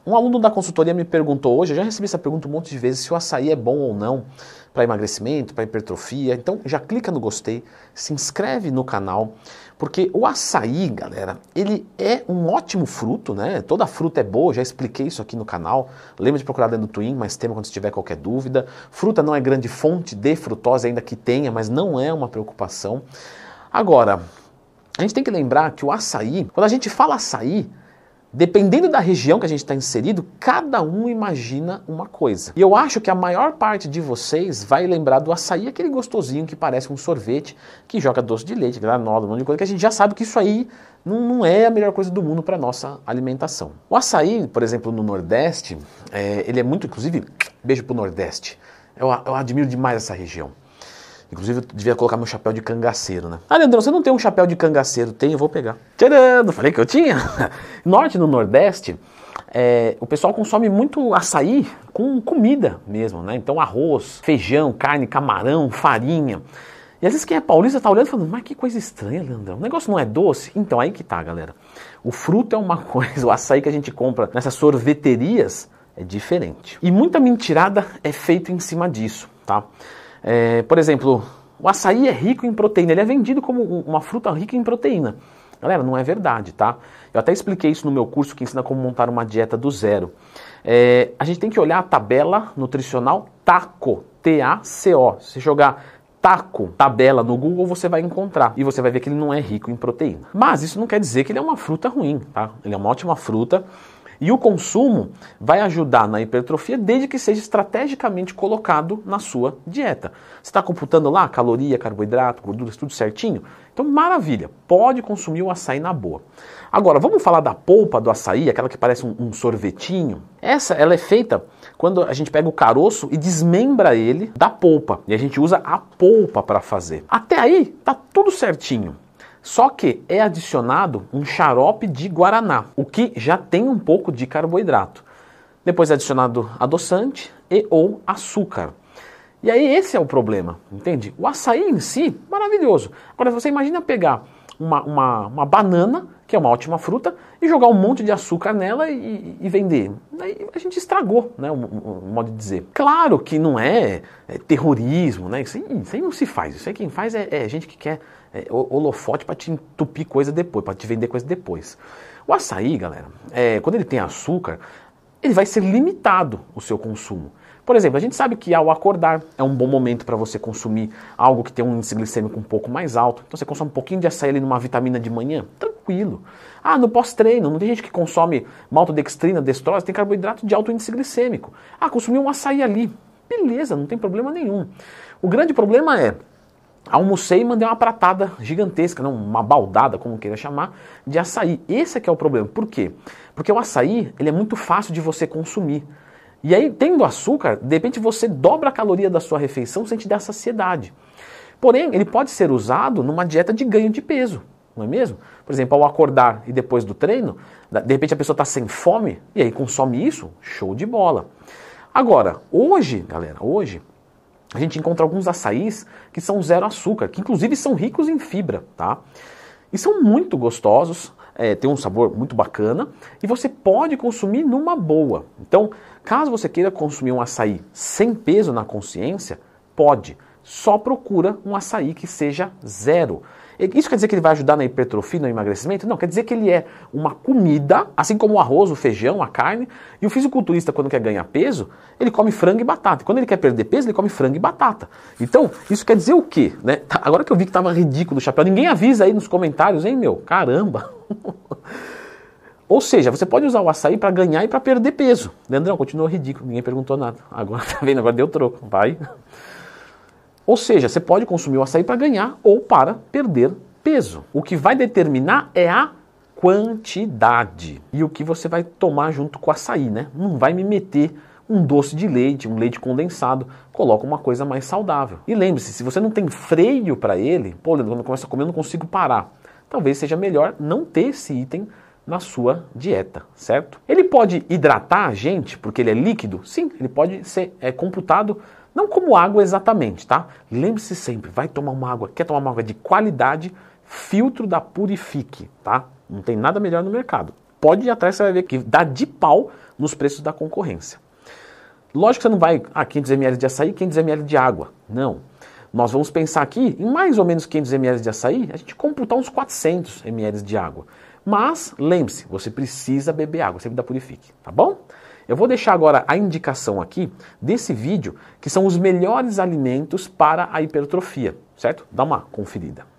Um aluno da consultoria me perguntou hoje, eu já recebi essa pergunta um monte de vezes, se o açaí é bom ou não para emagrecimento, para hipertrofia. Então já clica no gostei, se inscreve no canal, porque o açaí, galera, ele é um ótimo fruto, né? Toda fruta é boa, já expliquei isso aqui no canal. Lembra de procurar dentro do Twin, mais tema quando você tiver qualquer dúvida. Fruta não é grande fonte de frutose, ainda que tenha, mas não é uma preocupação. Agora, a gente tem que lembrar que o açaí, quando a gente fala açaí, dependendo da região que a gente está inserido, cada um imagina uma coisa. E eu acho que a maior parte de vocês vai lembrar do açaí, aquele gostosinho que parece um sorvete, que joga doce de leite, granola, um monte de coisa, que a gente já sabe que isso aí não é a melhor coisa do mundo para a nossa alimentação. O açaí, por exemplo, no Nordeste, ele é muito, inclusive, beijo pro Nordeste. Eu admiro demais essa região. Inclusive, eu devia colocar meu chapéu de cangaceiro, né? Ah, Leandrão, você não tem um chapéu de cangaceiro? Tem, eu vou pegar. Tcharam! Falei que eu tinha. Norte e no Nordeste, o pessoal consome muito açaí com comida mesmo, né? Então, arroz, feijão, carne, camarão, farinha. E às vezes quem é paulista tá olhando e falando, mas que coisa estranha, Leandrão. O negócio não é doce? Então, aí que tá, galera. O fruto é uma coisa, o açaí que a gente compra nessas sorveterias é diferente. E muita mentirada é feita em cima disso, tá? Por exemplo, o açaí é rico em proteína, ele é vendido como uma fruta rica em proteína. Galera, não é verdade, tá? Eu até expliquei isso no meu curso que ensina como montar uma dieta do zero. A gente tem que olhar a tabela nutricional TACO, T-A-C-O. Se você jogar TACO, tabela no Google, você vai encontrar. E você vai ver que ele não é rico em proteína. Mas isso não quer dizer que ele é uma fruta ruim, tá? Ele é uma ótima fruta. E o consumo vai ajudar na hipertrofia desde que seja estrategicamente colocado na sua dieta. Você está computando lá caloria, carboidrato, gorduras, tudo certinho? Então maravilha, pode consumir o açaí na boa. Agora, vamos falar da polpa do açaí, aquela que parece um sorvetinho? Ela é feita quando a gente pega o caroço e desmembra ele da polpa. E a gente usa a polpa para fazer. Até aí tá tudo certinho. Só que é adicionado um xarope de guaraná, o que já tem um pouco de carboidrato. Depois é adicionado adoçante e ou açúcar. E aí esse é o problema, entende? O açaí em si, maravilhoso. Agora você imagina pegar uma banana, que é uma ótima fruta, e jogar um monte de açúcar nela e vender. Aí a gente estragou, né, o modo de dizer. Claro que não é terrorismo, né? Isso aí não se faz. Isso aí quem faz é gente que quer holofote para te entupir coisa depois, para te vender coisa depois. O açaí, galera, quando ele tem açúcar, ele vai ser limitado o seu consumo. Por exemplo, a gente sabe que ao acordar é um bom momento para você consumir algo que tem um índice glicêmico um pouco mais alto. Então você consome um pouquinho de açaí ali numa vitamina de manhã, tranquilo. Ah, no pós-treino, não tem gente que consome maltodextrina, destrose, tem carboidrato de alto índice glicêmico. Ah, consumir um açaí ali, beleza, não tem problema nenhum. O grande problema é, almocei e mandei uma pratada gigantesca, não, uma baldada, como queira chamar, de açaí. Esse é que é o problema. Por quê? Porque o açaí ele é muito fácil de você consumir. E aí, tendo açúcar, de repente você dobra a caloria da sua refeição sem te dar saciedade. Porém, ele pode ser usado numa dieta de ganho de peso, não é mesmo? Por exemplo, ao acordar e depois do treino, de repente a pessoa está sem fome e aí consome isso, show de bola. Agora, hoje, galera, a gente encontra alguns açaís que são zero açúcar, que inclusive são ricos em fibra, tá? E são muito gostosos, tem um sabor muito bacana e você pode consumir numa boa. Então, caso você queira consumir um açaí sem peso na consciência, pode. Só procura um açaí que seja zero. Isso quer dizer que ele vai ajudar na hipertrofia, no emagrecimento? Não, quer dizer que ele é uma comida, assim como o arroz, o feijão, a carne. E o fisiculturista, quando quer ganhar peso, ele come frango e batata. Quando ele quer perder peso, ele come frango e batata. Então, isso quer dizer o quê? Né? Agora que eu vi que estava ridículo o chapéu, ninguém avisa aí nos comentários, hein, meu? Caramba! Ou seja, você pode usar o açaí para ganhar e para perder peso. Leandrão, continua ridículo, ninguém perguntou nada. Agora, tá vendo? Agora deu troco, vai. Ou seja, você pode consumir o açaí para ganhar ou para perder peso. O que vai determinar é a quantidade. E o que você vai tomar junto com o açaí, né? Não vai me meter um doce de leite, um leite condensado. Coloca uma coisa mais saudável. E lembre-se, se você não tem freio para ele, pô, quando eu começo a comer eu não consigo parar. Talvez seja melhor não ter esse item na sua dieta, certo? Ele pode hidratar a gente, porque ele é líquido? Sim, ele pode ser computado não como água exatamente, tá? Lembre-se sempre, vai tomar uma água, quer tomar uma água de qualidade, filtro da Purifique, tá? Não tem nada melhor no mercado. pode ir atrás, você vai ver que dá de pau nos preços da concorrência. Lógico que você não vai, 500 ml de açaí, 500 ml de água. Não. Nós vamos pensar aqui em mais ou menos 500 ml de açaí, a gente computar uns 400 ml de água. Mas, lembre-se, você precisa beber água, sempre da Purifique, tá bom? Eu vou deixar agora a indicação aqui desse vídeo, que são os melhores alimentos para a hipertrofia, certo? Dá uma conferida.